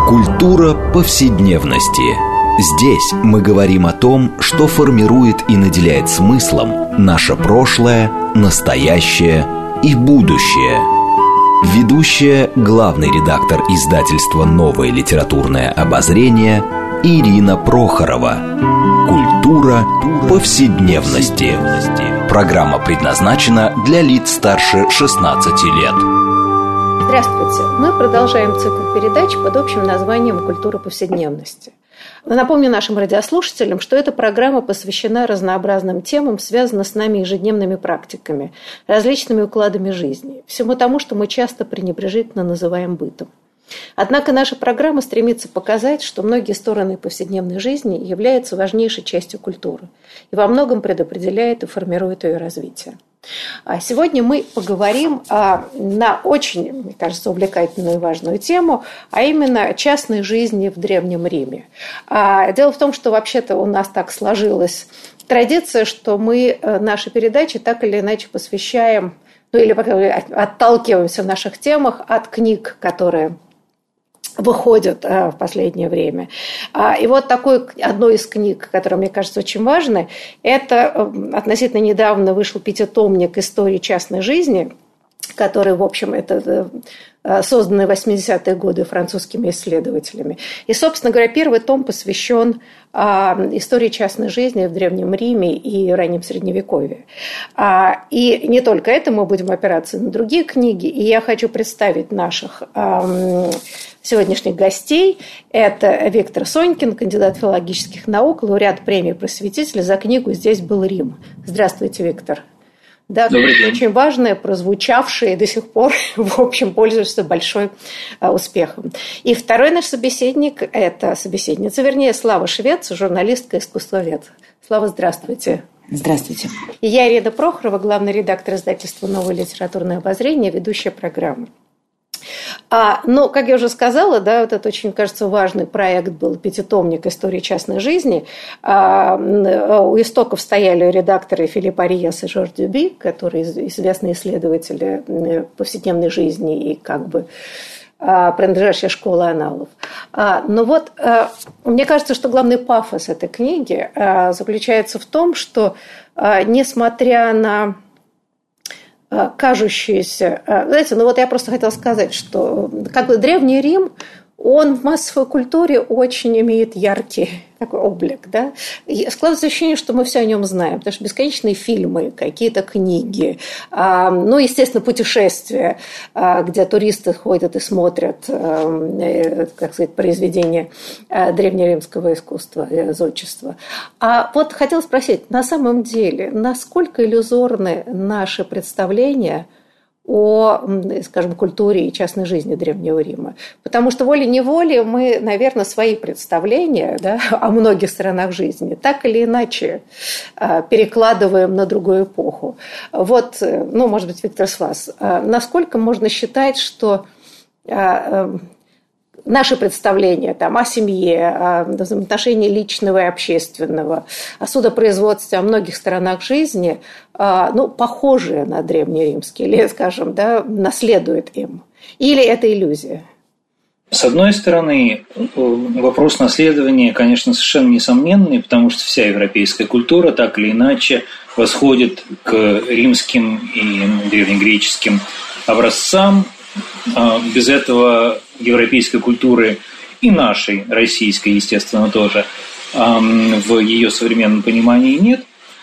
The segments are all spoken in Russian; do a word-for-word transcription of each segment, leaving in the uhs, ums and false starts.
Культура повседневности. Здесь мы говорим о том, что формирует и наделяет смыслом наше прошлое, настоящее и будущее. Ведущая, главный редактор издательства «Новое литературное обозрение» Ирина Прохорова. Культура повседневности. Программа предназначена для лиц старше шестнадцати лет. Здравствуйте! Мы продолжаем цикл передач под общим названием «Культура повседневности». Напомню нашим радиослушателям, что эта программа посвящена разнообразным темам, связанным с нами ежедневными практиками, различными укладами жизни, всему тому, что мы часто пренебрежительно называем бытом. Однако наша программа стремится показать, что многие стороны повседневной жизни являются важнейшей частью культуры и во многом предопределяет и формирует ее развитие. А сегодня мы поговорим а, на очень, мне кажется, увлекательную и важную тему, а именно частной жизни в Древнем Риме. А, дело в том, что вообще-то у нас так сложилась традиция, что мы наши передачи так или иначе посвящаем, ну или, по крайней мере, отталкиваемся в наших темах от книг, которые выходят в последнее время. И вот такой, одной из книг, которая, мне кажется, очень важной, это относительно недавно вышел пятитомник «Истории частной жизни», который, в общем, это созданный в восьмидесятые годы французскими исследователями. И, собственно говоря, первый том посвящен истории частной жизни в Древнем Риме и раннем Средневековье. И не только это, мы будем опираться на другие книги. И я хочу представить наших сегодняшних гостей. Это Виктор Сонькин, кандидат филологических наук, лауреат премии «Просветитель» за книгу «Здесь был Рим». Здравствуйте, Виктор. Да, очень важное, прозвучавшее и до сих пор, в общем, пользуется большим успехом. И второй наш собеседник – это собеседница, вернее, Слава Швец, журналистка, искусствовед. Слава, здравствуйте. Здравствуйте. И я, Ирина Прохорова, главный редактор издательства «Новое литературное обозрение», ведущая программы. А, но, как я уже сказала, да, вот это очень, кажется, важный проект был пятитомник «Истории частной жизни». А, у истоков стояли редакторы Филипп Ариас и Жорж Дюби, которые известные исследователи повседневной жизни и как бы принадлежащая школе аналов. А, но вот а, мне кажется, что главный пафос этой книги а, заключается в том, что, а, несмотря на кажущиеся... Знаете, ну вот я просто хотела сказать, что как бы Древний Рим, он в массовой культуре очень имеет яркий такой облик, да? И складывается ощущение, что мы все о нем знаем, потому что бесконечные фильмы, какие-то книги, ну, естественно, путешествия, где туристы ходят и смотрят, как сказать, произведения древнеримского искусства, зодчества. А вот хотела спросить, на самом деле, насколько иллюзорны наши представления о, скажем, культуре и частной жизни Древнего Рима. Потому что волей-неволей мы, наверное, свои представления, да, о многих сторонах жизни так или иначе перекладываем на другую эпоху. Вот, ну, может быть, Виктор, с вас. Насколько можно считать, что наши представления там, о семье, о взаимоотношении личного и общественного, о судопроизводстве, о многих сторонах жизни, ну, похожие на древнеримские, или, скажем, да, наследуют им? Или это иллюзия? С одной стороны, вопрос наследования, конечно, совершенно несомненный, потому что вся европейская культура так или иначе восходит к римским и древнегреческим образцам. Без этого европейской культуры и нашей, российской, естественно, тоже, в ее современном понимании нет.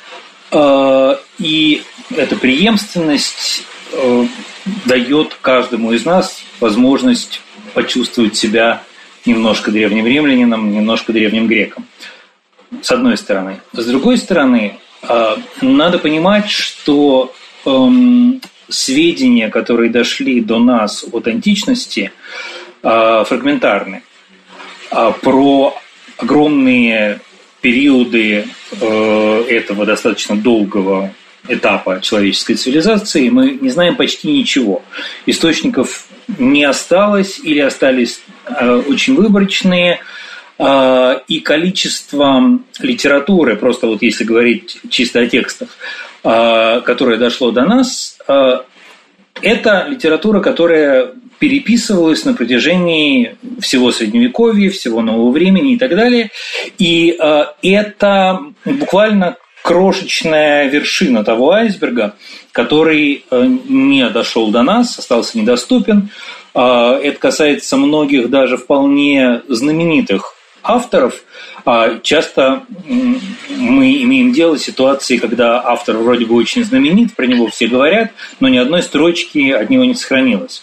И эта преемственность дает каждому из нас возможность почувствовать себя немножко древним римлянином, немножко древним греком. С одной стороны. С другой стороны, надо понимать, что сведения, которые дошли до нас от античности, фрагментарны. Про огромные периоды этого достаточно долгого этапа человеческой цивилизации мы не знаем почти ничего. Источников не осталось или остались очень выборочные, и количество литературы, просто вот если говорить чисто о текстах, которое дошло до нас, это литература, которая переписывалось на протяжении всего Средневековья, всего нового времени и так далее. И э, это буквально крошечная вершина того айсберга, который э, не дошел до нас, остался недоступен. Э, это касается многих даже вполне знаменитых авторов. Э, часто мы имеем дело с ситуацией, когда автор вроде бы очень знаменит, про него все говорят, но ни одной строчки от него не сохранилось.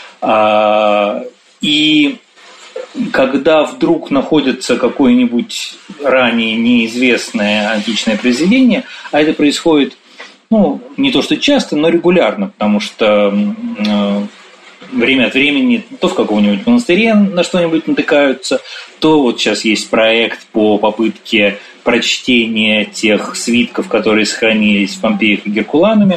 И когда вдруг находится какое-нибудь ранее неизвестное античное произведение, а это происходит, ну, не то что часто, но регулярно, потому что время от времени то в каком-нибудь монастыре на что-нибудь натыкаются, то вот сейчас есть проект по попытке прочтения тех свитков, которые сохранились в Помпеях и Геркулануме.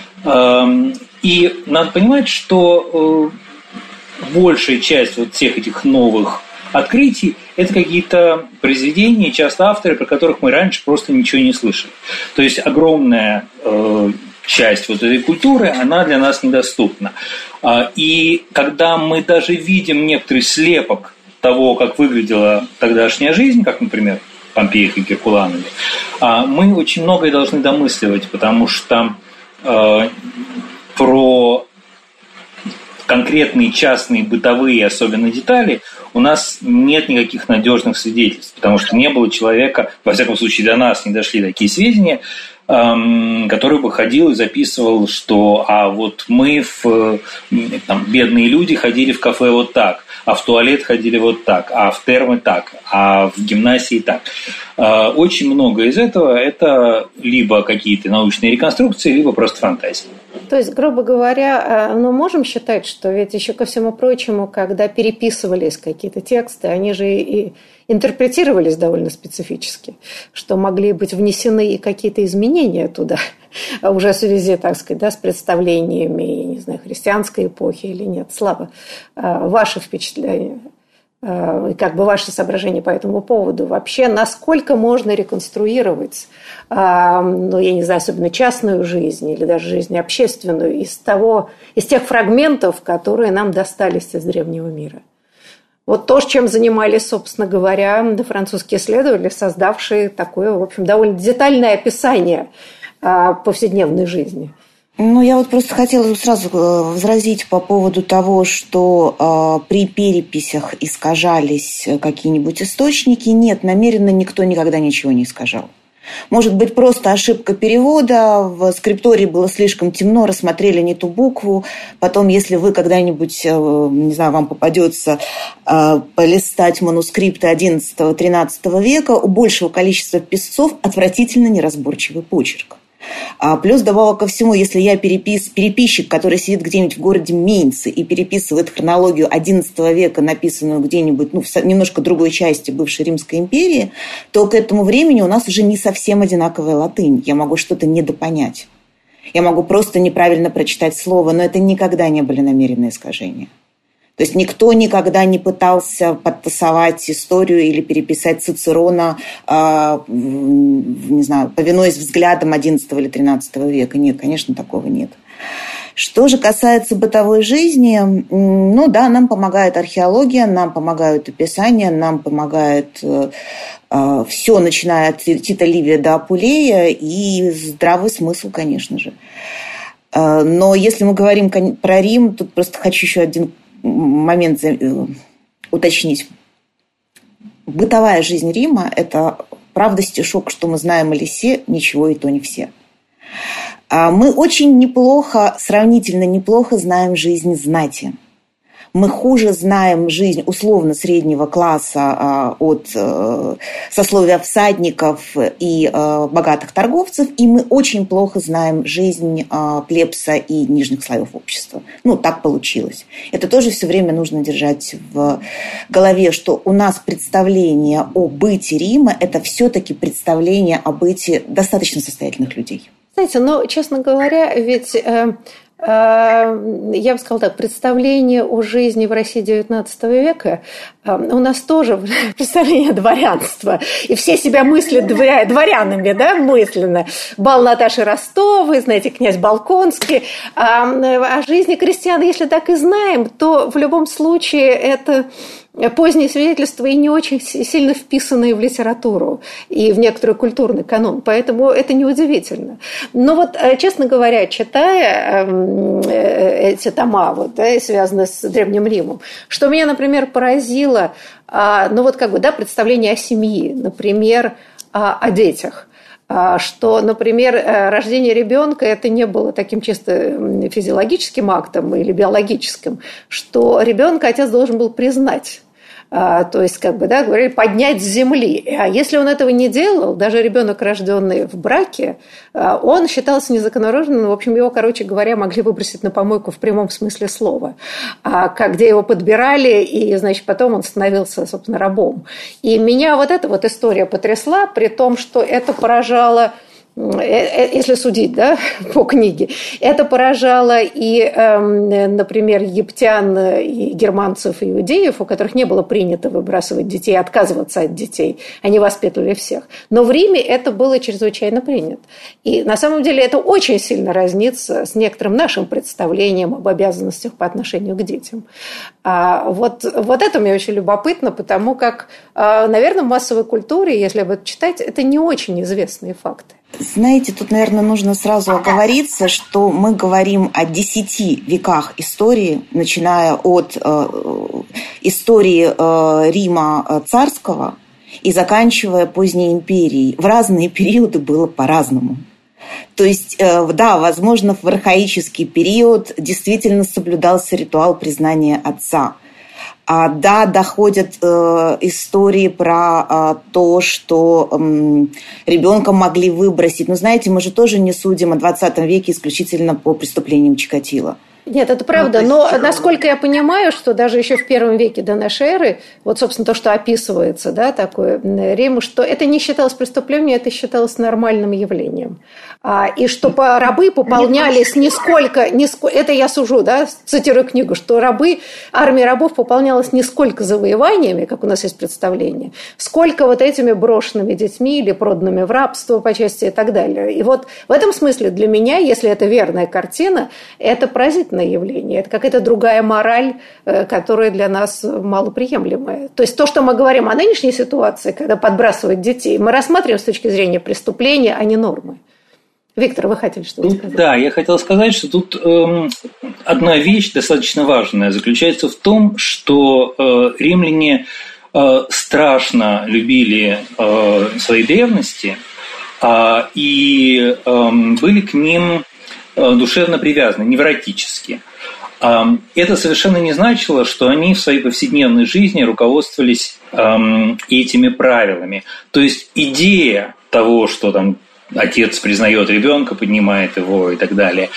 И надо понимать, что большая часть вот всех этих новых открытий – это какие-то произведения, часто авторы, про которых мы раньше просто ничего не слышали. То есть огромная э, часть вот этой культуры, она для нас недоступна. И когда мы даже видим некоторый слепок того, как выглядела тогдашняя жизнь, как, например, в Помпеях и Геркулануме, мы очень многое должны домысливать, потому что э, про конкретные частные бытовые, особенно детали, у нас нет никаких надежных свидетельств, потому что не было человека, во всяком случае до нас не дошли такие сведения, эм, который бы ходил и записывал, что а вот мы, в, там, бедные люди, ходили в кафе вот так, а в туалет ходили вот так, а в термы так, а в гимнасии так. Э, очень много из этого – это либо какие-то научные реконструкции, либо просто фантазии. То есть, грубо говоря, мы можем считать, что ведь еще ко всему прочему, когда переписывались какие-то тексты, они же и интерпретировались довольно специфически, что могли быть внесены и какие-то изменения туда, уже в связи, так сказать, да, с представлениями, не знаю, христианской эпохи или нет. Слава, ваши впечатления? Как бы ваши соображения по этому поводу? Вообще, насколько можно реконструировать, ну, я не знаю, особенно частную жизнь или даже жизнь общественную из того, из тех фрагментов, которые нам достались из древнего мира? Вот то, чем занимались, собственно говоря, французские исследователи, создавшие такое, в общем, довольно детальное описание повседневной жизни. Ну, я вот просто хотела сразу возразить по поводу того, что э, при переписях искажались какие-нибудь источники. Нет, намеренно никто никогда ничего не искажал. Может быть, просто ошибка перевода, в скриптории было слишком темно, рассмотрели не ту букву. Потом, если вы когда-нибудь, не знаю, вам попадется э, полистать манускрипты одиннадцатого-тринадцатого века, у большего количества писцов отвратительно неразборчивый почерк. А плюс, добавок ко всему, если я перепис, переписчик, который сидит где-нибудь в городе Мейнце и переписывает хронологию одиннадцатого века, написанную где-нибудь, ну, в немножко другой части бывшей Римской империи, то к этому времени у нас уже не совсем одинаковая латынь. Я могу что-то недопонять. Я могу просто неправильно прочитать слово, но это никогда не были намеренные искажения. То есть никто никогда не пытался подтасовать историю или переписать Цицерона, э, не знаю, повинуясь взглядам одиннадцатого или тринадцатого века. Нет, конечно, такого нет. Что же касается бытовой жизни, ну да, нам помогает археология, нам помогают описания, нам помогает э, э, все, начиная от Тита Ливия до Апулея, и здравый смысл, конечно же. Э, но если мы говорим про Рим, тут просто хочу еще один момент уточнить. Бытовая жизнь Рима – это правда стишок, что мы знаем о лисе, ничего и то не все. Мы очень неплохо, сравнительно неплохо знаем жизнь знати. Мы хуже знаем жизнь условно среднего класса от сословия всадников и богатых торговцев, и мы очень плохо знаем жизнь плебса и нижних слоев общества. Ну, так получилось. Это тоже все время нужно держать в голове, что у нас представление о быте Рима – это все-таки представление о быте достаточно состоятельных людей. Знаете, но, честно говоря, ведь я бы сказала так, представление о жизни в России девятнадцатого века у нас тоже представление дворянства. И все себя мыслят дворянами, да, мысленно. Бал Наташи Ростовой, знаете, князь Болконский. О жизни крестьян, если так и знаем, то в любом случае это поздние свидетельства и не очень сильно вписанные в литературу и в некоторый культурный канон. Поэтому это неудивительно. Но вот, честно говоря, читая эти тома, вот, да, связанные с Древним Римом, что меня, например, поразило, ну вот как бы, да, представление о семье, например, о детях. Что, например, рождение ребенка это не было таким чисто физиологическим актом или биологическим, что ребенка отец должен был признать. То есть, как бы, да, говорили, поднять с земли. А если он этого не делал, даже ребенок, рожденный в браке, он считался незаконнорожденным. В общем, его, короче говоря, могли выбросить на помойку в прямом смысле слова, где его подбирали, и, значит, потом он становился, собственно, рабом. И меня вот эта вот история потрясла, при том, что это поражало... Если судить, да, по книге, это поражало и, например, египтян, и германцев, и иудеев, у которых не было принято выбрасывать детей, отказываться от детей. Они воспитывали всех. Но в Риме это было чрезвычайно принято. И на самом деле это очень сильно разнится с некоторым нашим представлением об обязанностях по отношению к детям. А вот, вот это мне очень любопытно, потому как, наверное, в массовой культуре, если об этом читать, это не очень известные факты. Знаете, тут, наверное, нужно сразу оговориться, что мы говорим о десяти веках истории, начиная от э, истории э, Рима царского и заканчивая поздней империей. В разные периоды было по-разному. То есть, э, да, возможно, в архаический период действительно соблюдался ритуал признания отца. А, да, доходят э, истории про э, то, что э, ребенка могли выбросить. Но знаете, мы же тоже не судим о двадцатом веке исключительно по преступлениям Чикатило. Нет, это правда, но насколько я понимаю, что даже еще в первом веке до нашей эры, вот, собственно, то, что описывается, да, такое Риму, что это не считалось преступлением, это считалось нормальным явлением. А, и что рабы пополнялись нисколько, нисколько, это я сужу, да, цитирую книгу, что рабы, армия рабов пополнялась не сколько завоеваниями, как у нас есть представление, сколько вот этими брошенными детьми или проданными в рабство по части и так далее. И вот в этом смысле для меня, если это верная картина, это поразительно явление. Это какая-то другая мораль, которая для нас малоприемлемая. То есть то, что мы говорим о нынешней ситуации, когда подбрасывают детей, мы рассматриваем с точки зрения преступления, а не нормы. Виктор, вы хотели что-то сказать? Да, я хотел сказать, что тут э, одна вещь достаточно важная заключается в том, что э, римляне э, страшно любили э, свои древности э, и э, были к ним душевно привязаны, невротически. Это совершенно не значило, что они в своей повседневной жизни руководствовались этими правилами. То есть идея того, что там отец признает ребенка, поднимает его и так далее,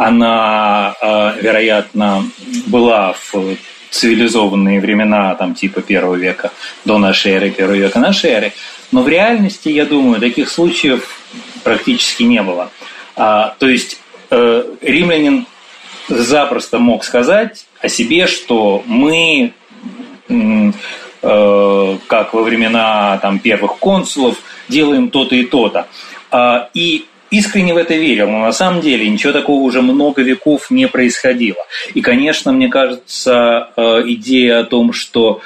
она, вероятно, была в цивилизованные времена, там, типа первого века до нашей эры, первого века нашей эры, но в реальности, я думаю, таких случаев практически не было. То есть римлянин запросто мог сказать о себе, что мы, как во времена там, первых консулов, делаем то-то и то-то. И искренне в это верил, но на самом деле ничего такого уже много веков не происходило. И, конечно, мне кажется, идея о том, что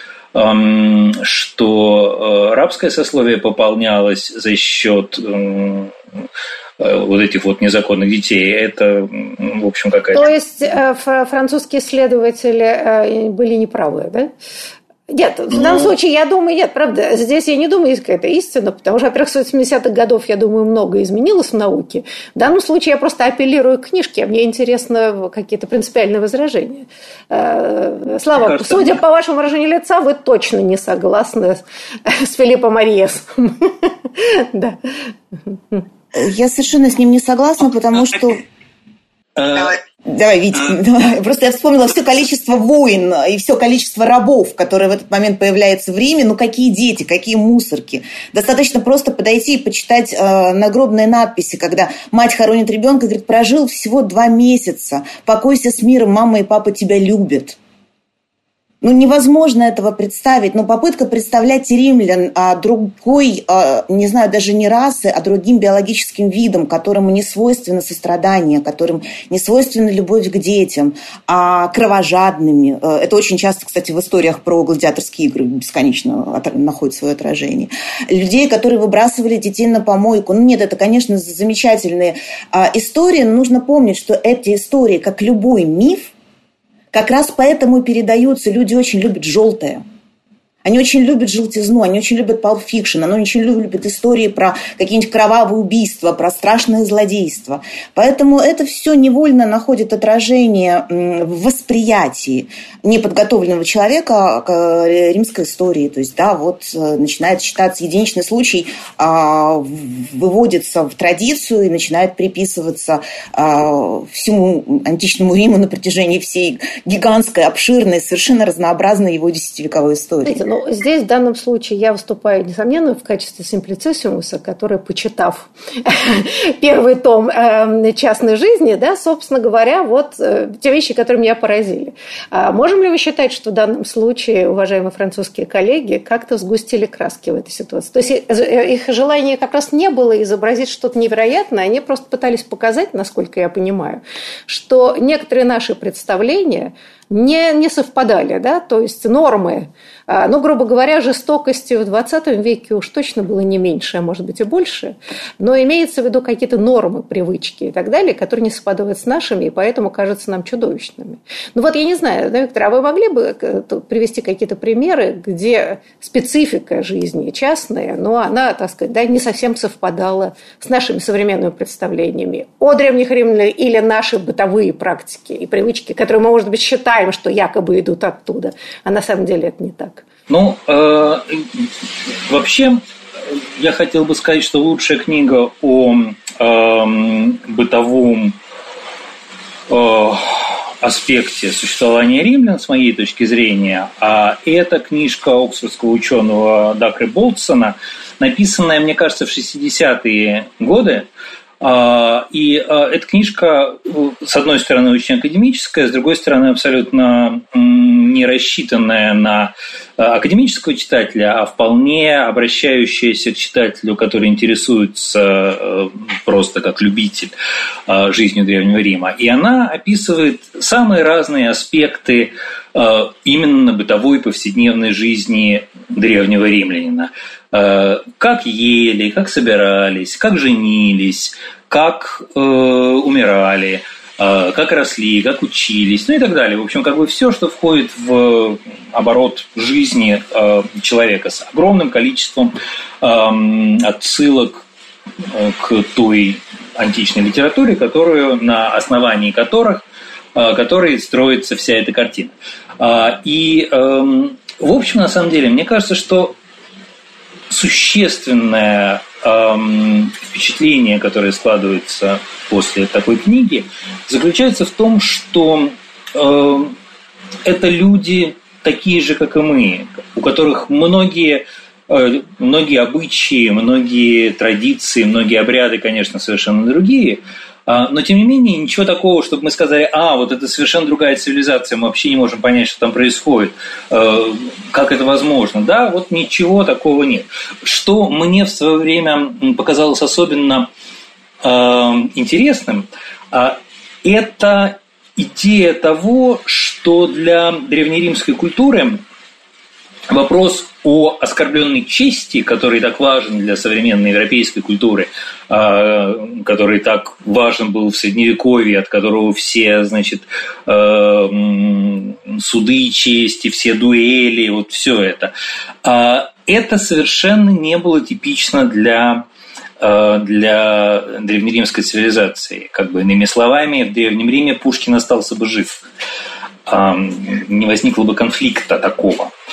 что рабское сословие пополнялось за счет вот этих вот незаконных детей, это, в общем, какая-то... То есть французские исследователи были неправы, да? Нет, в данном ну... случае, я думаю, нет, правда, здесь я не думаю, есть какая-то истина, потому что, во-первых, с восьмидесятых годов, я думаю, многое изменилось в науке. В данном случае я просто апеллирую к книжке, а мне интересно какие-то принципиальные возражения. Слава, кажется, судя по вашему выражению лица, вы точно не согласны с Филиппом Ариесом. Да. Я совершенно с ним не согласна, потому что... Давай. Давай, Витя. А... Просто я вспомнила все количество войн и все количество рабов, которые в этот момент появляются в Риме. Ну, какие дети, какие мусорки. Достаточно просто подойти и почитать э, нагробные надписи, когда мать хоронит ребенка и говорит: прожил всего два месяца, покойся с миром, мама и папа тебя любят. Ну, невозможно этого представить. Но попытка представлять римлян а, другой, а, не знаю, даже не расы, а другим биологическим видом, которому не свойственно сострадание, которым не свойственна любовь к детям, а кровожадными. Это очень часто, кстати, в историях про гладиаторские игры бесконечно находит свое отражение. Людей, которые выбрасывали детей на помойку. Ну, нет, это, конечно, замечательные а, истории, но нужно помнить, что эти истории, как любой миф, как раз поэтому и передаются. Люди очень любят желтое. Они очень любят желтизну, они очень любят Pulp Fiction, они очень любят истории про какие-нибудь кровавые убийства, про страшное злодейство. Поэтому это все невольно находит отражение в восприятии неподготовленного человека к римской истории. То есть, да, вот начинает считаться единичный случай, выводится в традицию и начинает приписываться всему античному Риму на протяжении всей гигантской, обширной, совершенно разнообразной его десятивековой истории. Ну, здесь в данном случае я выступаю, несомненно, в качестве симплициссимуса, который, почитав первый том частной жизни, да, собственно говоря, вот те вещи, которые меня поразили. Можем ли мы считать, что в данном случае, уважаемые французские коллеги, как-то сгустили краски в этой ситуации? То есть их желание как раз не было изобразить что-то невероятное, они просто пытались показать, насколько я понимаю, что некоторые наши представления не, не совпадали, да, то есть нормы, ну, грубо говоря, жестокости в двадцатом веке уж точно было не меньше, а может быть и больше, но имеется в виду какие-то нормы, привычки и так далее, которые не совпадают с нашими и поэтому кажутся нам чудовищными. Ну вот я не знаю, да, Виктор, а вы могли бы привести какие-то примеры, где специфика жизни частная, но она, так сказать, да, не совсем совпадала с нашими современными представлениями о древних римлянах или наши бытовые практики и привычки, которые мы, может быть, считаем, что якобы идут оттуда, а на самом деле это не так. Ну, э, вообще, я хотел бы сказать, что лучшая книга о э, бытовом э, аспекте существования римлян, с моей точки зрения, а это книжка оксфордского ученого Дакры Болтсона, написанная, мне кажется, в шестидесятые годы. И эта книжка, с одной стороны, очень академическая, с другой стороны, абсолютно не рассчитанная на академического читателя, а вполне обращающаяся к читателю, который интересуется просто как любитель жизнью Древнего Рима. И она описывает самые разные аспекты именно бытовой повседневной жизни древнего римлянина. Как ели, как собирались, как женились, как э, умирали, э, как росли, как учились, ну и так далее. В общем, как бы все, что входит в оборот жизни э, человека, с огромным количеством э, отсылок э, к той античной литературе, которую, на основании которых, э, которой строится вся эта картина. Э, и, э, в общем, на самом деле, мне кажется, что существенное эм, впечатление, которое складывается после такой книги, заключается в том, что э, это люди такие же, как и мы, у которых многие, э, многие обычаи, многие традиции, многие обряды, конечно, совершенно другие. Но, тем не менее, ничего такого, чтобы мы сказали, а, вот это совершенно другая цивилизация, мы вообще не можем понять, что там происходит, как это возможно. Да, вот ничего такого нет. Что мне в свое время показалось особенно интересным, это идея того, что для древнеримской культуры вопрос о оскорбленной чести, который так важен для современной европейской культуры, который так важен был в Средневековье, от которого все, значит, суды чести, все дуэли, вот все это, это совершенно не было типично для для древнеримской цивилизации. Как бы иными словами, в Древнем Риме Пушкин остался бы жив. Не возникло бы конфликта такого.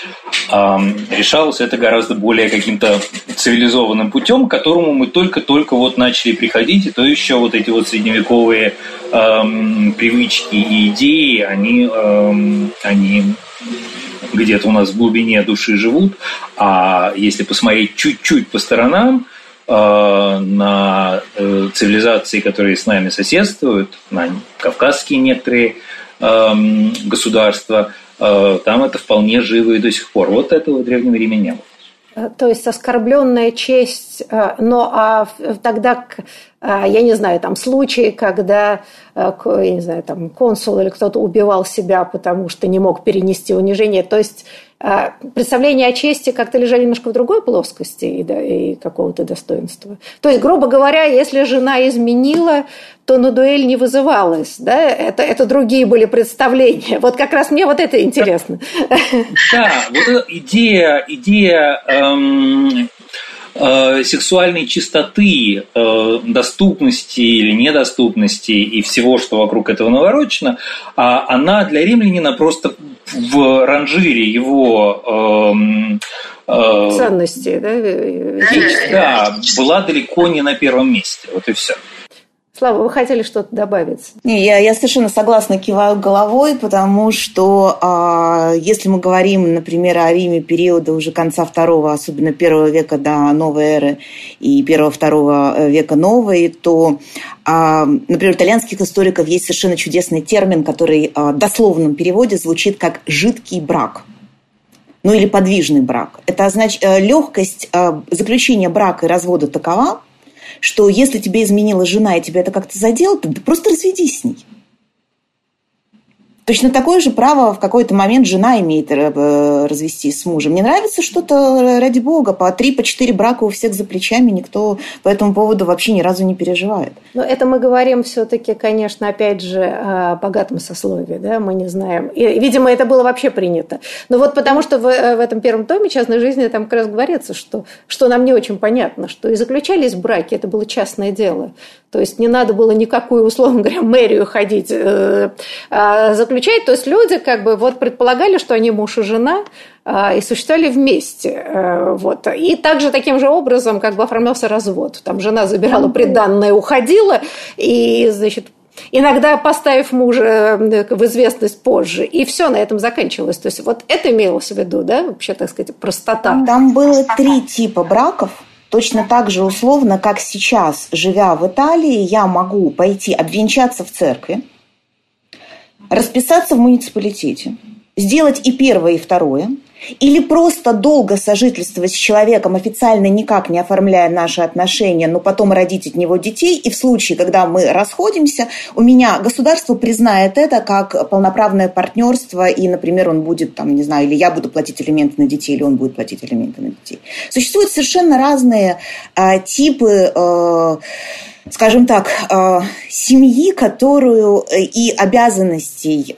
решалось это гораздо более каким-то цивилизованным путем, к которому мы только-только вот начали приходить, и то еще вот эти вот средневековые эм, привычки и идеи, они, эм, они где-то у нас в глубине души живут, а если посмотреть чуть-чуть по сторонам, э, на э, цивилизации, которые с нами соседствуют, на кавказские некоторые э, государства, там это вполне живо и до сих пор. Вот этого в Древнем Риме не было. То есть оскорбленная честь, но а тогда, я не знаю, там случаи, когда, я не знаю, там консул или кто-то убивал себя, потому что не мог перенести унижение. То есть представления о чести как-то лежали немножко в другой плоскости и, да, и какого-то достоинства. То есть, грубо говоря, если жена изменила, то на дуэль не вызывалась. Да? Это, это другие были представления. Вот как раз мне вот это интересно. Да, вот эта идея, идея эм, э, сексуальной чистоты, э, доступности или недоступности и всего, что вокруг этого наворочено, а она для римлянина просто в ранжире его э, э, ценностей, да? Да, была далеко не на первом месте. Вот и все. Слава, вы хотели что-то добавить? Не, я, я совершенно согласна, киваю головой, потому что а, если мы говорим, например, о Риме периода уже конца второго, особенно первого века до новой эры и первого-второго века новой, то, а, например, у итальянских историков есть совершенно чудесный термин, который а, в дословном переводе звучит как «жидкий брак». Ну или подвижный брак. Это означает, легкость а, заключения брака и развода такова, что если тебе изменила жена и тебя это как-то задело, то ты просто разведись с ней. Точно такое же право в какой-то момент жена имеет развестись с мужем. Не нравится что-то, ради бога, по три, по четыре брака у всех за плечами, никто по этому поводу вообще ни разу не переживает. Но это мы говорим все-таки, конечно, опять же, о богатом сословии, да, мы не знаем. И, видимо, это было вообще принято. Но вот потому что в, в этом первом томе «Частной жизни» там как раз говорится, что, что нам не очень понятно, что и заключались браки, это было частное дело. То есть не надо было никакую, условно говоря, мэрию ходить, э, э, заключать. То есть люди как бы вот предполагали, что они муж и жена, э, и существовали вместе. Э, вот. И также таким же образом как бы оформлялся развод. Там жена забирала приданное, уходила, и, значит, иногда поставив мужа в известность позже. И все на этом заканчивалось. То есть вот это имелось в виду, да, вообще, так сказать, простота. Там было три типа браков. Точно так же условно, как сейчас, живя в Италии, я могу пойти обвенчаться в церкви, расписаться в муниципалитете, сделать и первое, и второе, или просто долго сожительствовать с человеком, официально никак не оформляя наши отношения, но потом родить от него детей. И в случае, когда мы расходимся, у меня государство признает это как полноправное партнерство, и, например, он будет, там, не знаю, или я буду платить алименты на детей, или он будет платить алименты на детей. Существуют совершенно разные э, типы э, скажем так, семьи, которую и обязанностей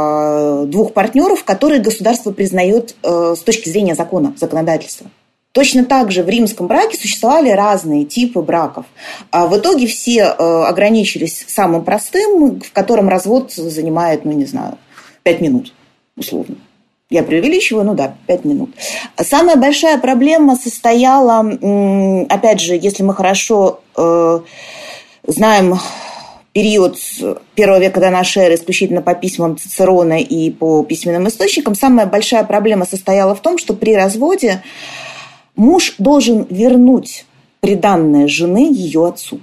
двух партнеров, которые государство признает с точки зрения закона, законодательства. Точно так же в римском браке существовали разные типы браков. А в итоге все ограничились самым простым, в котором развод занимает, ну не знаю, пять минут, условно. Я преувеличиваю, ну да, пять минут. Самая большая проблема состояла, опять же, если мы хорошо э, знаем период первого века до нашей эры исключительно по письмам Цицерона и по письменным источникам, самая большая проблема состояла в том, что при разводе муж должен вернуть приданное жены ее отцу.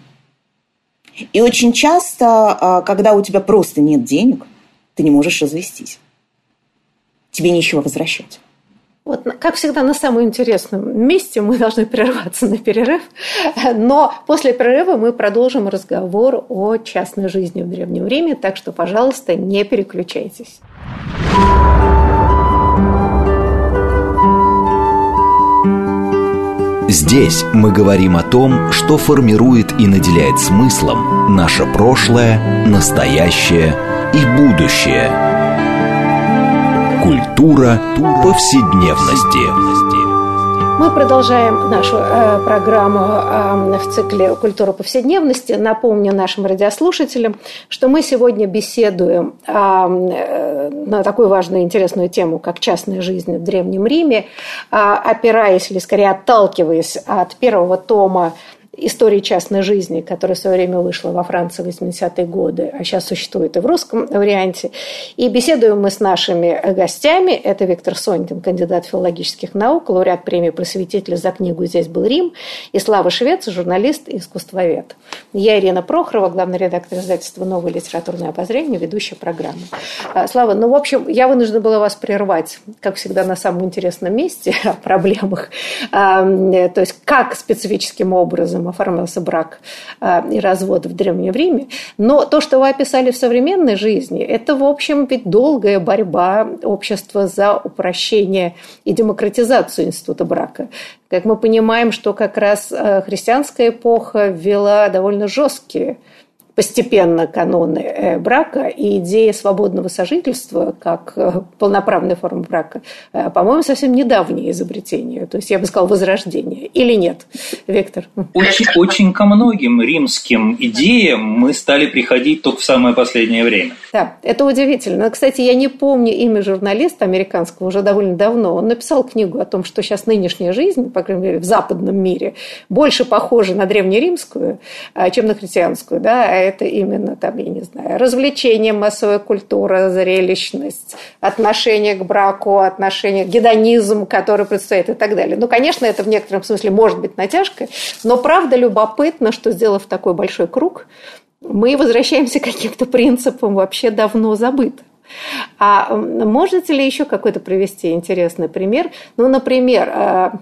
И очень часто, когда у тебя просто нет денег, ты не можешь развестись. Тебе нечего возвращать. Вот, как всегда, на самом интересном месте мы должны прерваться на перерыв, но после перерыва мы продолжим разговор о частной жизни в Древнем Риме, так что, пожалуйста, не переключайтесь. Здесь мы говорим о том, что формирует и наделяет смыслом наше прошлое, настоящее и будущее. Культура повседневности. Мы продолжаем нашу э, программу э, в цикле «Культура повседневности». Напомню нашим радиослушателям, что мы сегодня беседуем э, э, на такую важную и интересную тему, как частная жизнь в Древнем Риме, э, опираясь или, скорее, отталкиваясь от первого тома «Истории частной жизни», которая в свое время вышла во Франции в восьмидесятые годы, а сейчас существует и в русском варианте. И беседуем мы с нашими гостями. Это Виктор Сонькин, кандидат филологических наук, лауреат премии «Просветитель» за книгу «Здесь был Рим», и Слава Швец, журналист и искусствовед. Я Ирина Прохорова, главный редактор издательства «Новое литературное обозрение», ведущая программы. Слава, ну, в общем, я вынуждена была вас прервать, как всегда, на самом интересном месте о проблемах. То есть, как специфическим образом оформился брак и развод в Древнем Риме. Но то, что вы описали в современной жизни, это, в общем, ведь долгая борьба общества за упрощение и демократизацию института брака. Как мы понимаем, что как раз христианская эпоха ввела довольно жесткие постепенно каноны брака, и идея свободного сожительства как полноправная форма брака, по-моему, совсем недавнее изобретение. То есть, я бы сказала, возрождение. Или нет, Виктор? Очень, очень ко многим римским идеям мы стали приходить только в самое последнее время. Да, это удивительно. Кстати, я не помню имя журналиста американского уже довольно давно. Он написал книгу о том, что сейчас нынешняя жизнь, по крайней мере, в западном мире, больше похожа на древнеримскую, чем на христианскую, да, это именно, там, я не знаю, развлечение, массовая культура, зрелищность, отношение к браку, отношение к гедонизму, который предстоит и так далее. Ну, конечно, это в некотором смысле может быть натяжкой, но правда любопытно, что, сделав такой большой круг, мы возвращаемся к каким-то принципам вообще давно забытым. А можете ли еще какой-то привести интересный пример? Ну, например,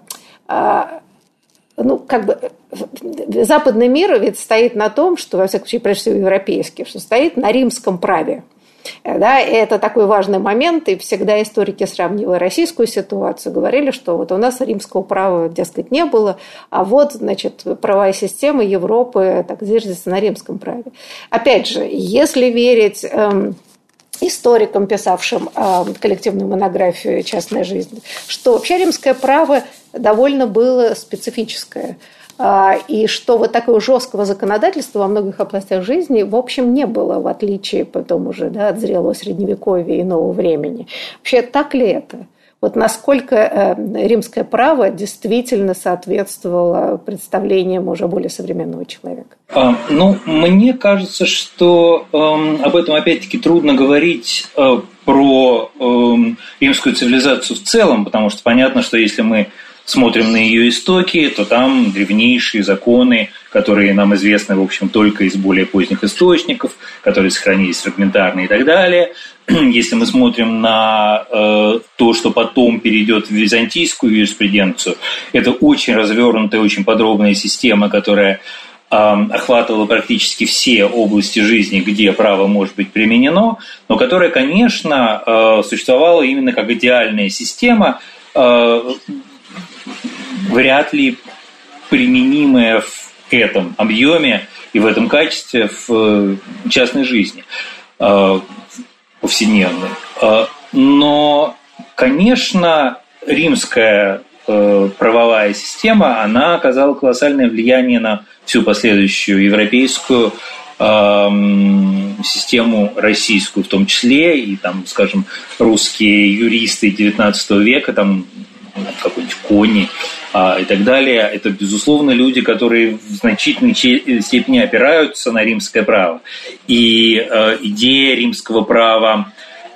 ну, как бы западный мир ведь стоит на том, что, во всяком случае, прежде всего европейский, что стоит на римском праве. Да, и это такой важный момент, и всегда историки, сравнивая российскую ситуацию, говорили, что вот у нас римского права, дескать, не было, а вот, значит, правовая система Европы так зиждется на римском праве. Опять же, если верить эм, историкам, писавшим э, коллективную монографию «Частная жизнь», что вообще римское право довольно было специфическое. И что вот такого жесткого законодательства во многих областях жизни, в общем, не было, в отличие потом уже, да, от зрелого средневековья и нового времени. Вообще, так ли это? Вот насколько римское право действительно соответствовало представлениям уже более современного человека? А, ну, мне кажется, что э, об этом опять-таки трудно говорить э, про э, римскую цивилизацию в целом, потому что понятно, что если мы смотрим на ее истоки, то там древнейшие законы, которые нам известны, в общем, только из более поздних источников, которые сохранились фрагментарно и так далее. Если мы смотрим на э, то, что потом перейдет в византийскую юриспруденцию, это очень развернутая, очень подробная система, которая э, охватывала практически все области жизни, где право может быть применено, но которая, конечно, э, существовала именно как идеальная система, э, вряд ли применимая в этом объеме и в этом качестве в частной жизни повседневной. Но, конечно, римская правовая система, она оказала колоссальное влияние на всю последующую европейскую систему российскую в том числе, и там, скажем, русские юристы девятнадцатого века, там какой-нибудь Кони а, и так далее, это, безусловно, люди, которые в значительной степени опираются на римское право. И э, идея римского права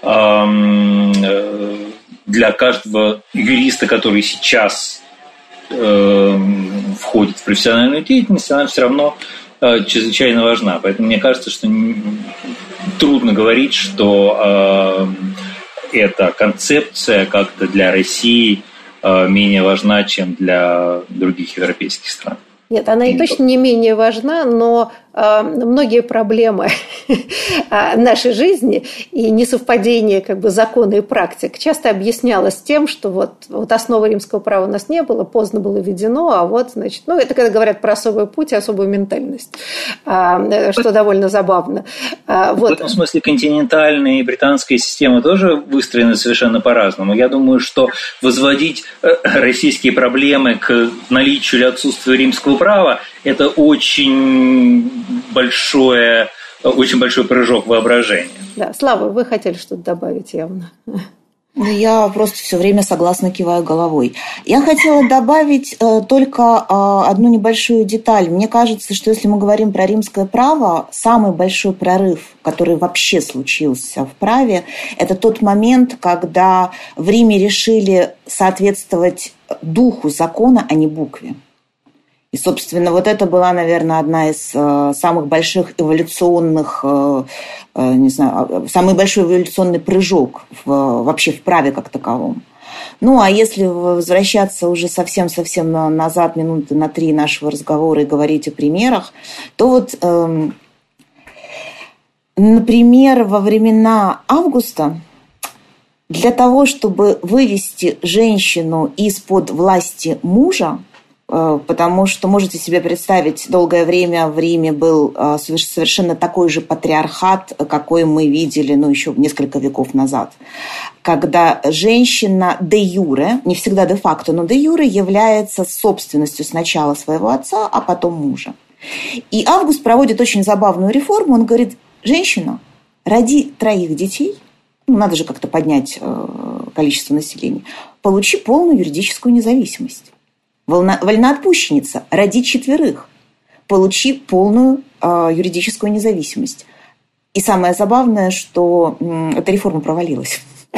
э, для каждого юриста, который сейчас э, входит в профессиональную деятельность, она все равно э, чрезвычайно важна. Поэтому мне кажется, что трудно говорить, что э, эта концепция как-то для России менее важна, чем для других европейских стран. Нет, она и точно не менее важна, но многие проблемы нашей жизни и несовпадение как бы закона и практик часто объяснялось тем, что вот, вот основы римского права у нас не было, поздно было введено, а вот, значит, ну, это когда говорят про особый путь и особую ментальность, что довольно забавно. Вот. В этом смысле континентальная и британская система тоже выстроены совершенно по-разному. Я думаю, что возводить российские проблемы к наличию или отсутствию римского права – это очень большое, очень большой прыжок воображения. Да, Слава, вы хотели что-то добавить явно. Я просто все время согласно киваю головой. Я хотела добавить э, только э, одну небольшую деталь. Мне кажется, что если мы говорим про римское право, самый большой прорыв, который вообще случился в праве, это тот момент, когда в Риме решили соответствовать духу закона, а не букве. И, собственно, вот это была, наверное, одна из э, самых больших эволюционных, э, э, не знаю, самый большой эволюционный прыжок в, вообще в праве как таковом. Ну, а если возвращаться уже совсем-совсем назад, минуты на три нашего разговора и говорить о примерах, то вот, э, например, во времена Августа для того, чтобы вывести женщину из-под власти мужа, потому что, можете себе представить, долгое время в Риме был совершенно такой же патриархат, какой мы видели, ну, еще несколько веков назад, когда женщина де юре, не всегда де факто, но де юре является собственностью сначала своего отца, а потом мужа. И Август проводит очень забавную реформу. Он говорит: женщина, роди троих детей, ну, надо же как-то поднять количество населения, получи полную юридическую независимость. Вольноотпущенница, роди четверых, получи полную э, юридическую независимость. И самое забавное, что э, эта реформа провалилась.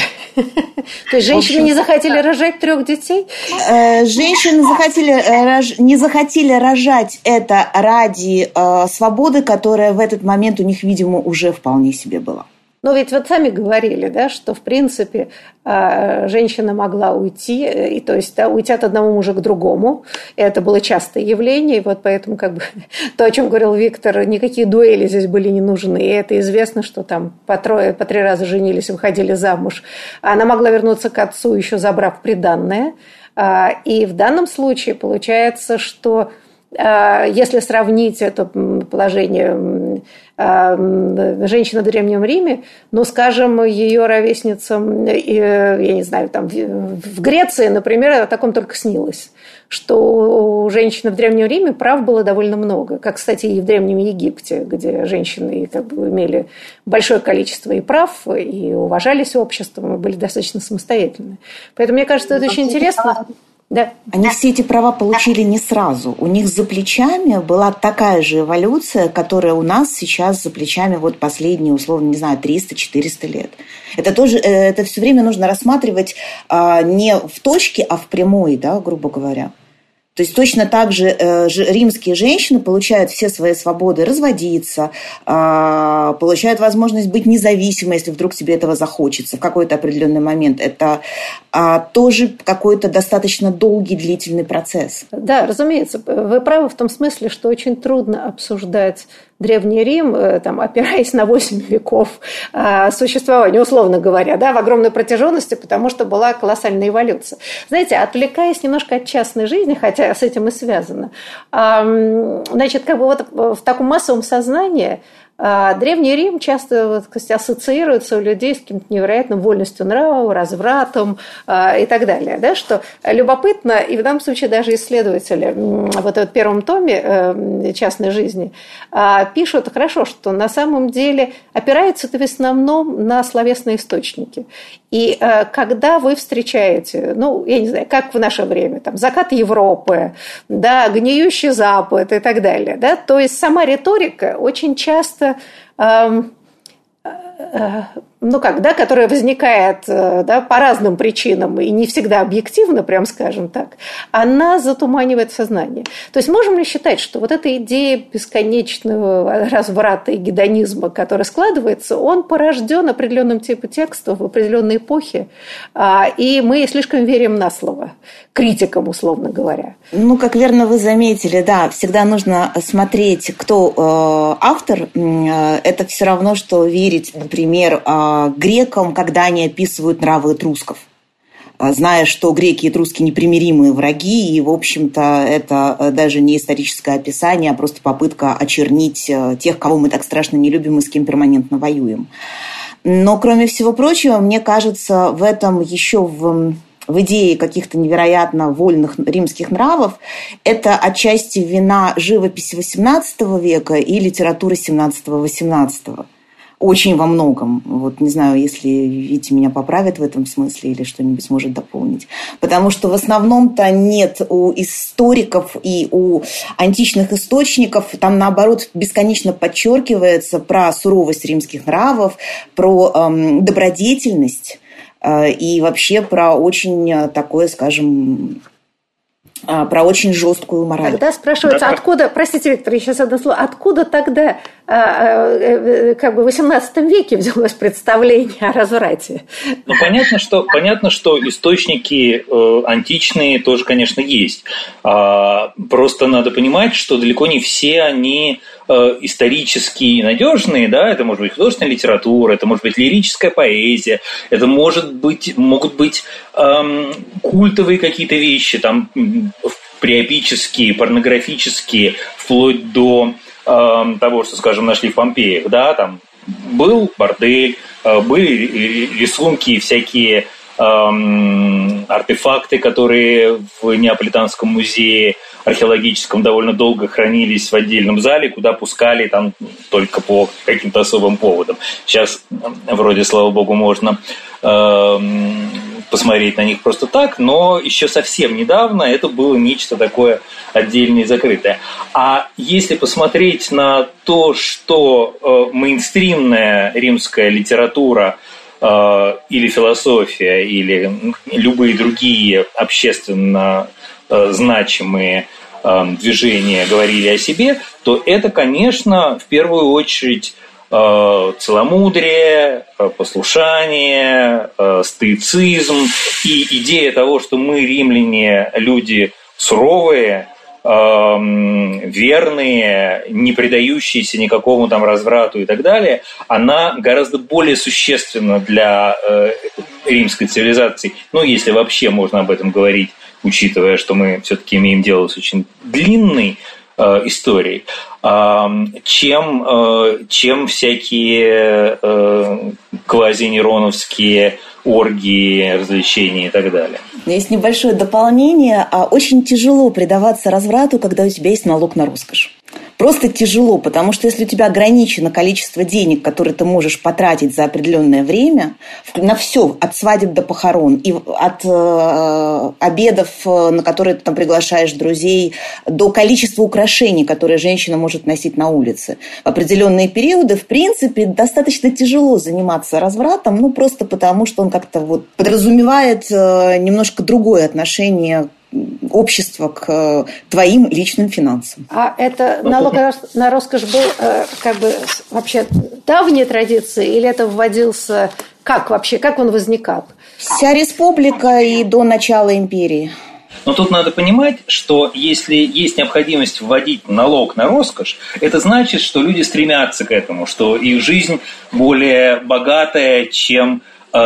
То есть женщины не захотели рожать трех детей? Женщины захотели, не захотели рожать это ради э, свободы, которая в этот момент у них, видимо, уже вполне себе была. Но ведь вот сами говорили, да, что, в принципе, женщина могла уйти, и, то есть да, уйти от одного мужа к другому. Это было частое явление, и вот поэтому как бы, то, о чем говорил Виктор, никакие дуэли здесь были не нужны. И это известно, что там по трое, по три раза женились и выходили замуж. Она могла вернуться к отцу, еще забрав приданное. И в данном случае получается, что если сравнить это положение женщины в Древнем Риме, ну, скажем, ее ровесницам, я не знаю, там, в Греции, например, о таком только снилось, что у женщин в Древнем Риме прав было довольно много, как, кстати, и в Древнем Египте, где женщины как бы имели большое количество и прав, и уважались обществом, и были достаточно самостоятельны. Поэтому, мне кажется, это очень интересно. Да. Они все эти права получили не сразу. У них за плечами была такая же эволюция, которая у нас сейчас за плечами вот последние, условно, не знаю, триста-четыреста лет. Это тоже, это все время нужно рассматривать а, не в точке, а в прямой, да, грубо говоря. То есть точно так же э, римские женщины получают все свои свободы разводиться, э, получают возможность быть независимой, если вдруг тебе этого захочется в какой-то определенный момент. Это э, тоже какой-то достаточно долгий, длительный процесс. Да, разумеется. Вы правы в том смысле, что очень трудно обсуждать Древний Рим, там, опираясь на восемь веков существования, условно говоря, да, в огромной протяженности, потому что была колоссальная эволюция. Знаете, отвлекаясь немножко от частной жизни, хотя с этим и связано, значит, как бы вот в таком массовом сознании Древний Рим часто, вот, кстати, ассоциируется у людей с каким-то невероятным вольностью нрава, развратом э, и так далее. Да? Что любопытно, и в данном случае даже исследователи вот в первом томе э, частной жизни э, пишут хорошо, что на самом деле опирается это в основном на словесные источники. И э, когда вы встречаете, ну, я не знаю, как в наше время, там, закат Европы, да, гниющий Запад и так далее, да, то есть сама риторика очень часто ну как, да, которая возникает, да, по разным причинам и не всегда объективно, прям скажем так, она затуманивает сознание. То есть можем ли считать, что вот эта идея бесконечного разврата и гедонизма, который складывается, он порожден определенным типом текстов в определенной эпохе, и мы слишком верим на слово, критикам, условно говоря? Ну, как верно вы заметили, да, всегда нужно смотреть, кто э, автор. Это все равно, что верить, например, э, грекам, когда они описывают нравы этрусков, зная, что греки и этруски непримиримые враги, и, в общем-то, это даже не историческое описание, а просто попытка очернить тех, кого мы так страшно не любим и с кем перманентно воюем. Но, кроме всего прочего, мне кажется, в этом еще в... в идее каких-то невероятно вольных римских нравов, это отчасти вина живописи восемнадцатого века и литературы семнадцатого-восемнадцатого. Очень во многом. Вот не знаю, если Витя меня поправит в этом смысле или что-нибудь сможет дополнить. Потому что в основном-то нет у историков и у античных источников, там наоборот бесконечно подчеркивается про суровость римских нравов, про эм, добродетельность, и вообще про очень такое, скажем, про очень жесткую мораль. Тогда спрашивается, откуда, простите, Виктор, я сейчас одно слово, откуда тогда как бы в восемнадцатом веке взялось представление о разврате? Ну, понятно, что, понятно, что источники э, античные тоже, конечно, есть. А, просто надо понимать, что далеко не все они э, исторически надежные, да, это может быть художественная литература, это может быть лирическая поэзия, это может быть, могут быть э, культовые какие-то вещи, там, приопические, порнографические, вплоть до э, того, что, скажем, нашли в Помпеях, да, там был бордель, э, были рисунки, всякие э, артефакты, которые в Неаполитанском музее археологическом довольно долго хранились в отдельном зале, куда пускали там только по каким-то особым поводам. Сейчас вроде, слава богу, можно э, посмотреть на них просто так, но еще совсем недавно это было нечто такое отдельное и закрытое. А если посмотреть на то, что э, мейнстримная римская литература э, или философия, или любые другие общественно э, значимые э, движения говорили о себе, то это, конечно, в первую очередь целомудрие, послушание, стоицизм и идея того, что мы, римляне, люди суровые, верные, не предающиеся никакому там разврату и так далее, она гораздо более существенна для римской цивилизации. Ну, если вообще можно об этом говорить, учитывая, что мы все-таки имеем дело с очень длинной историей, чем, чем всякие квазинейроновские оргии, развлечения и так далее. Есть небольшое дополнение. Очень тяжело предаваться разврату, когда у тебя есть налог на роскошь. Просто тяжело, потому что если у тебя ограничено количество денег, которые ты можешь потратить за определенное время, на все, от свадеб до похорон, и от э, обедов, на которые ты там приглашаешь друзей, до количества украшений, которые женщина может носить на улице, в определенные периоды, в принципе, достаточно тяжело заниматься развратом, ну, просто потому, что он как-то вот подразумевает э, немножко другое отношение общества к твоим личным финансам. А это налог на роскошь был э, как бы вообще давней традицией, или это вводился как вообще, как он возникал? Вся республика и до начала империи. Но тут надо понимать, что если есть необходимость вводить налог на роскошь, это значит, что люди стремятся к этому, что их жизнь более богатая, чем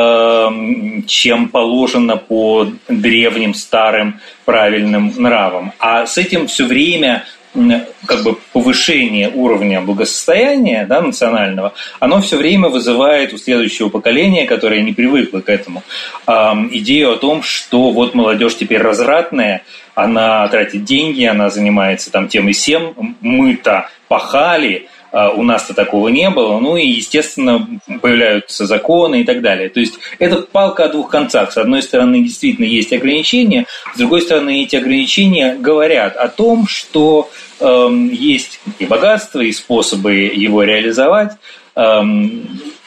чем положено по древним, старым, правильным нравам. А с этим все время как бы повышение уровня благосостояния, да, национального, оно все время вызывает у следующего поколения, которое не привыкло к этому, идею о том, что вот молодежь теперь развратная, она тратит деньги, она занимается там тем и сем, мы-то пахали, у нас-то такого не было, ну и, естественно, появляются законы и так далее. То есть это палка о двух концах. С одной стороны, действительно есть ограничения, с другой стороны, эти ограничения говорят о том, что э, есть и богатство, и способы его реализовать. Э,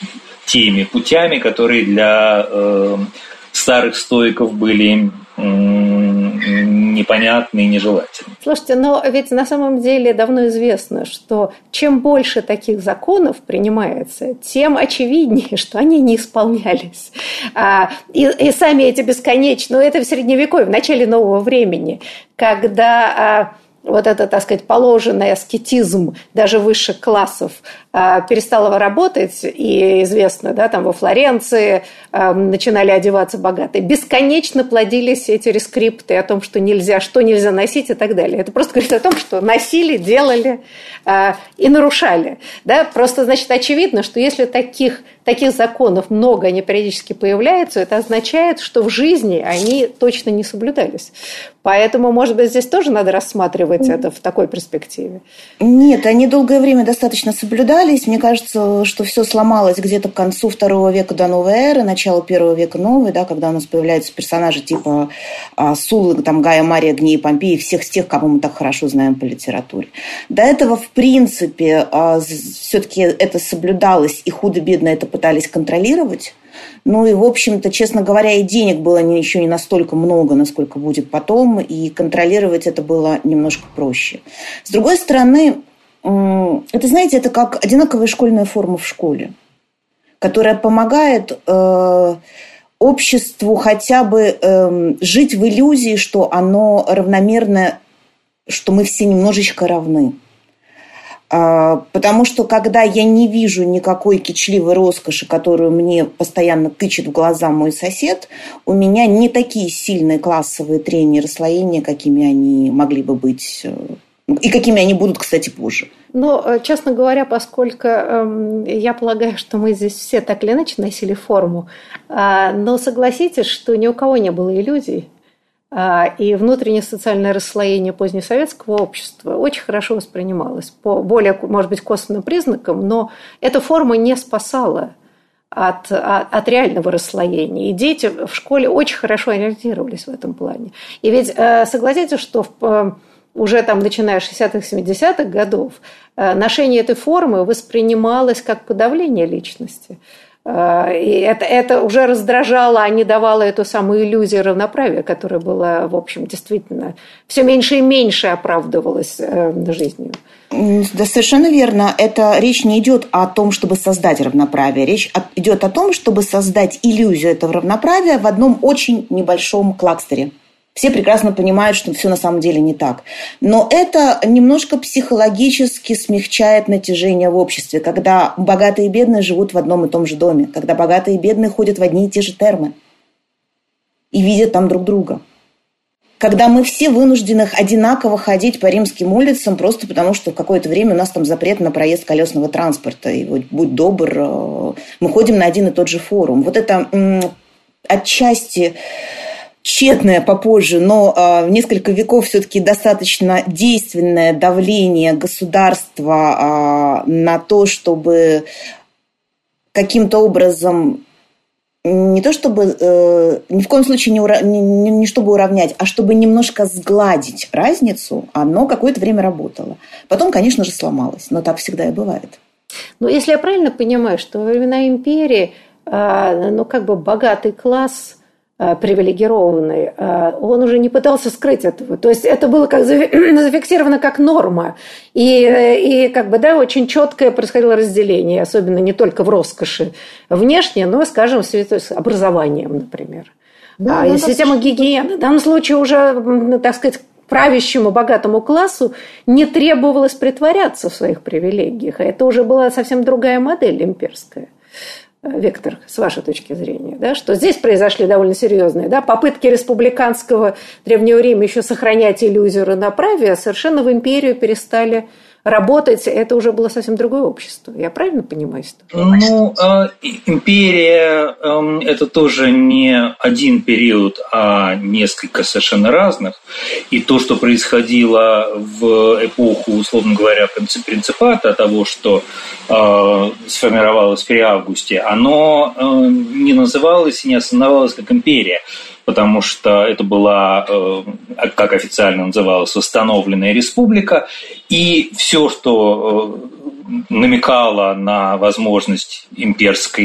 теми путями, которые для э, старых стоиков были э, непонятны и нежелательны. Слушайте, но ведь на самом деле давно известно, что чем больше таких законов принимается, тем очевиднее, что они не исполнялись. И, и сами эти бесконечные, ну это в Средневековье, в начале нового времени, когда вот это, так сказать, положенный аскетизм даже высших классов перестал работать, и известно, да, там во Флоренции начинали одеваться богатые. Бесконечно плодились эти рескрипты о том, что нельзя, что нельзя носить и так далее. Это просто говорит о том, что носили, делали и нарушали. Да? Просто, значит, очевидно, что если таких, таких законов много, они периодически появляются, это означает, что в жизни они точно не соблюдались. Поэтому, может быть, здесь тоже надо рассматривать это в такой перспективе. Нет, они долгое время достаточно соблюдались. Мне кажется, что все сломалось где-то к концу второго века до новой эры, начало первого века новой, да, когда у нас появляются персонажи типа а, Суллы, там, Гая, Мария, Гнея, Помпеи, всех тех, кого мы так хорошо знаем по литературе. До этого, в принципе, а, все-таки это соблюдалось, и худо-бедно это пытались контролировать. Ну и, в общем-то, честно говоря, и денег было еще не настолько много, насколько будет потом, и контролировать это было немножко проще. С другой стороны, это, знаете, это как одинаковая школьная форма в школе, которая помогает э, обществу хотя бы э, жить в иллюзии, что оно равномерно, что мы все немножечко равны. Потому что, когда я не вижу никакой кичливой роскоши, которую мне постоянно тычет в глаза мой сосед, у меня не такие сильные классовые трения и расслоения, какими они могли бы быть, и какими они будут, кстати, позже. Но, честно говоря, поскольку э, я полагаю, что мы здесь все так или иначе носили форму, э, но согласитесь, что ни у кого не было иллюзий. И внутреннее социальное расслоение позднесоветского общества очень хорошо воспринималось по более, может быть, косвенным признакам, но эта форма не спасала от, от, от реального расслоения. И дети в школе очень хорошо ориентировались в этом плане. И ведь согласитесь, что в, уже там, начиная с шестидесятых, семидесятых годов ношение этой формы воспринималось как подавление личности. И это, это уже раздражало, а не давало эту самую иллюзию равноправия, которая была, в общем, действительно все меньше и меньше оправдывалась жизнью. Да, совершенно верно. Это речь не идет о том, чтобы создать равноправие. Речь идет о том, чтобы создать иллюзию этого равноправия в одном очень небольшом кластере. Все прекрасно понимают, что все на самом деле не так. Но это немножко психологически смягчает натяжение в обществе, когда богатые и бедные живут в одном и том же доме, когда богатые и бедные ходят в одни и те же термы и видят там друг друга. Когда мы все вынуждены одинаково ходить по римским улицам, просто потому что в какое-то время у нас там запрет на проезд колесного транспорта. И вот, будь добр, мы ходим на один и тот же форум. Вот это м- отчасти... тщетное попозже, но э, несколько веков все-таки достаточно действенное давление государства э, на то, чтобы каким-то образом не то чтобы э, ни в коем случае не, ура... не, не чтобы уравнять, а чтобы немножко сгладить разницу, оно какое-то время работало. Потом, конечно же, сломалось, но так всегда и бывает. Но если я правильно понимаю, что во времена империи э, ну, как бы богатый класс привилегированный, он уже не пытался скрыть этого. То есть это было как зафиксировано как норма. И, и как бы, да, очень четкое происходило разделение, особенно не только в роскоши внешне, но, скажем, в связи с образованием, например. Да, а, и система гигиены. В данном случае уже, так сказать, правящему богатому классу не требовалось притворяться в своих привилегиях. Это уже была совсем другая модель имперская. Вектор, с вашей точки зрения, да, что здесь произошли довольно серьезные, да, попытки республиканского Древнего Рима еще сохранять иллюзию равноправия совершенно в империю перестали работать, это уже было совсем другое общество. Я правильно понимаю историю? Ну, империя – это тоже не один период, а несколько совершенно разных. И то, что происходило в эпоху, условно говоря, принципата, того, что сформировалось при Августе, оно не называлось и не осознавалось как империя. Потому что это была, как официально называлась, восстановленная республика, и все, что намекало на возможность имперской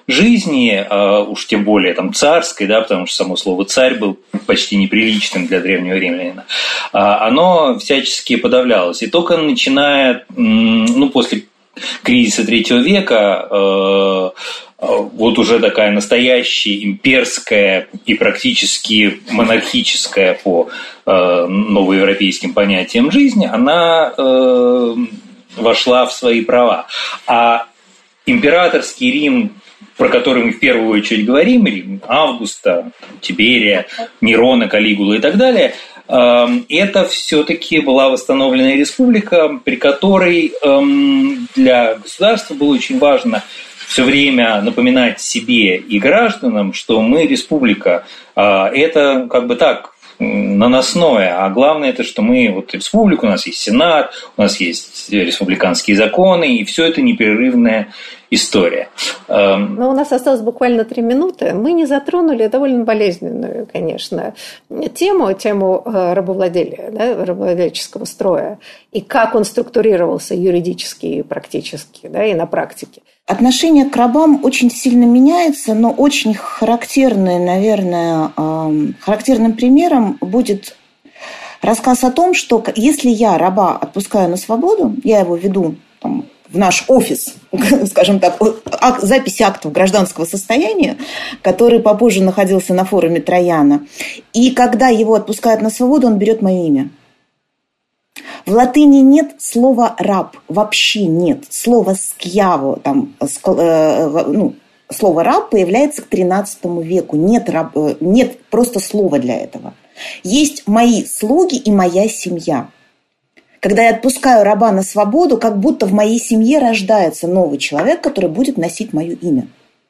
жизни, уж тем более там царской, да, потому что само слово «царь» был почти неприличным для древнего римлянина, оно всячески подавлялось. И только начиная, ну, после кризиса третьего века, вот уже такая настоящая имперская и практически монархическая по новоевропейским понятиям жизни, она вошла в свои права. А императорский Рим, про который мы в первую очередь говорим, Рим Августа, Тиберия, Нерона, Калигулы и так далее, это все-таки была восстановленная республика, при которой для государства было очень важно все время напоминать себе и гражданам, что мы республика. Это как бы так, наносное, а главное это, что мы вот республика, у нас есть Сенат, у нас есть республиканские законы, и все это непрерывная история. Но у нас осталось буквально три минуты. Мы не затронули довольно болезненную, конечно, тему, тему рабовладения, да, рабовладельческого строя, и как он структурировался юридически и практически, да, и на практике. Отношение к рабам очень сильно меняется, но очень характерное, наверное, характерным примером будет рассказ о том, что если я раба отпускаю на свободу, я его веду там, в наш офис, скажем так, записи актов гражданского состояния, который попозже находился на форуме Трояна, и когда его отпускают на свободу, он берет мое имя. В латыни нет слова «раб», вообще нет. Слово «скьяво», там, ну, слово «раб» появляется к тринадцатому веку. Нет, раб, нет просто слова для этого. Есть мои слуги и моя семья. Когда я отпускаю раба на свободу, как будто в моей семье рождается новый человек, который будет носить мое имя.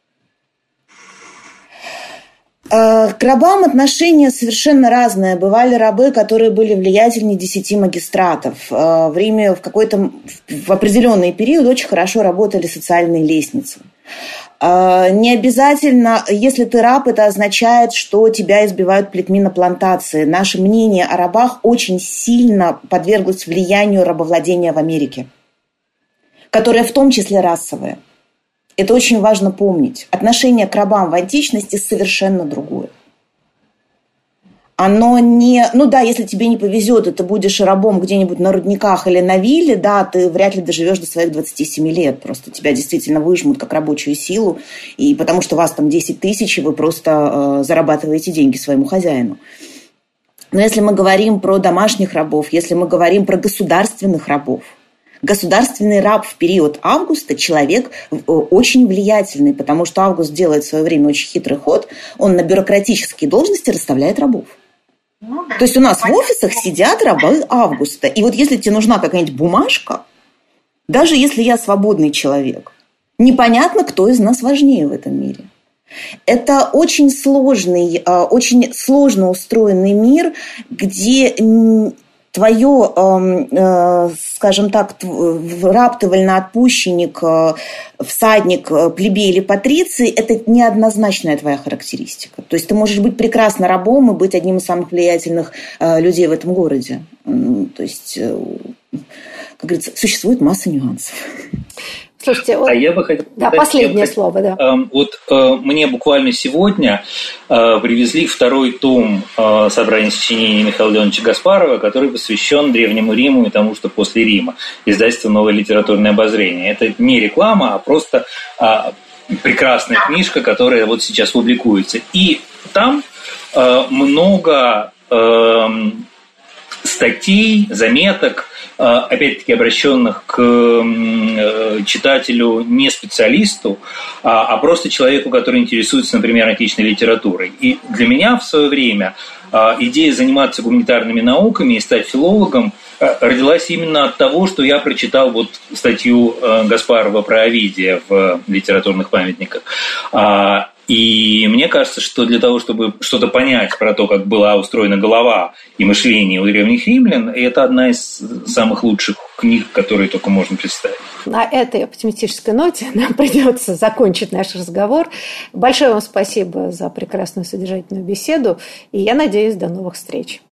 К рабам отношения совершенно разные. Бывали рабы, которые были влиятельнее десяти магистратов. В Риме в какой-то в определенный период очень хорошо работали социальные лестницы. Не обязательно, если ты раб, это означает, что тебя избивают плетьми на плантации. Наше мнение о рабах очень сильно подверглось влиянию рабовладения в Америке, которое в том числе расовое. Это очень важно помнить. Отношение к рабам в античности совершенно другое. Оно не... Ну да, если тебе не повезет, и ты будешь рабом где-нибудь на рудниках или на вилле, да, ты вряд ли доживешь до своих двадцати семи лет. Просто тебя действительно выжмут как рабочую силу, и потому что вас там десять тысяч, и вы просто э, зарабатываете деньги своему хозяину. Но если мы говорим про домашних рабов, если мы говорим про государственных рабов, государственный раб в период Августа человек очень влиятельный, потому что Август делает в свое время очень хитрый ход, он на бюрократические должности расставляет рабов. Ну, да. То есть у нас в офисах сидят рабы Августа. И вот если тебе нужна какая-нибудь бумажка, даже если я свободный человек, непонятно, кто из нас важнее в этом мире. Это очень сложный, очень сложно устроенный мир, где твое, скажем так, раб, ты вольноотпущенник, всадник, плебей или патриций – это неоднозначная твоя характеристика. То есть ты можешь быть прекрасно рабом и быть одним из самых влиятельных людей в этом городе. То есть, как говорится, существует масса нюансов. Слушайте, вот... а я бы хотел... Да, последнее бы... слово, да. Вот мне буквально сегодня привезли второй том собрания сочинений Михаила Леонидовича Гаспарова, который посвящен Древнему Риму и тому, что после Рима. Издательство «Новое литературное обозрение». Это не реклама, а просто прекрасная книжка, которая вот сейчас публикуется. И там много статей, заметок, опять-таки обращенных к читателю не специалисту, а просто человеку, который интересуется, например, античной литературой. И для меня в свое время идея заниматься гуманитарными науками и стать филологом родилась именно от того, что я прочитал вот статью Гаспарова про Овидия в литературных памятниках. И мне кажется, что для того, чтобы что-то понять про то, как была устроена голова и мышление у древних римлян, это одна из самых лучших книг, которые только можно представить. На этой оптимистической ноте нам придется закончить наш разговор. Большое вам спасибо за прекрасную содержательную беседу, и я надеюсь, до новых встреч.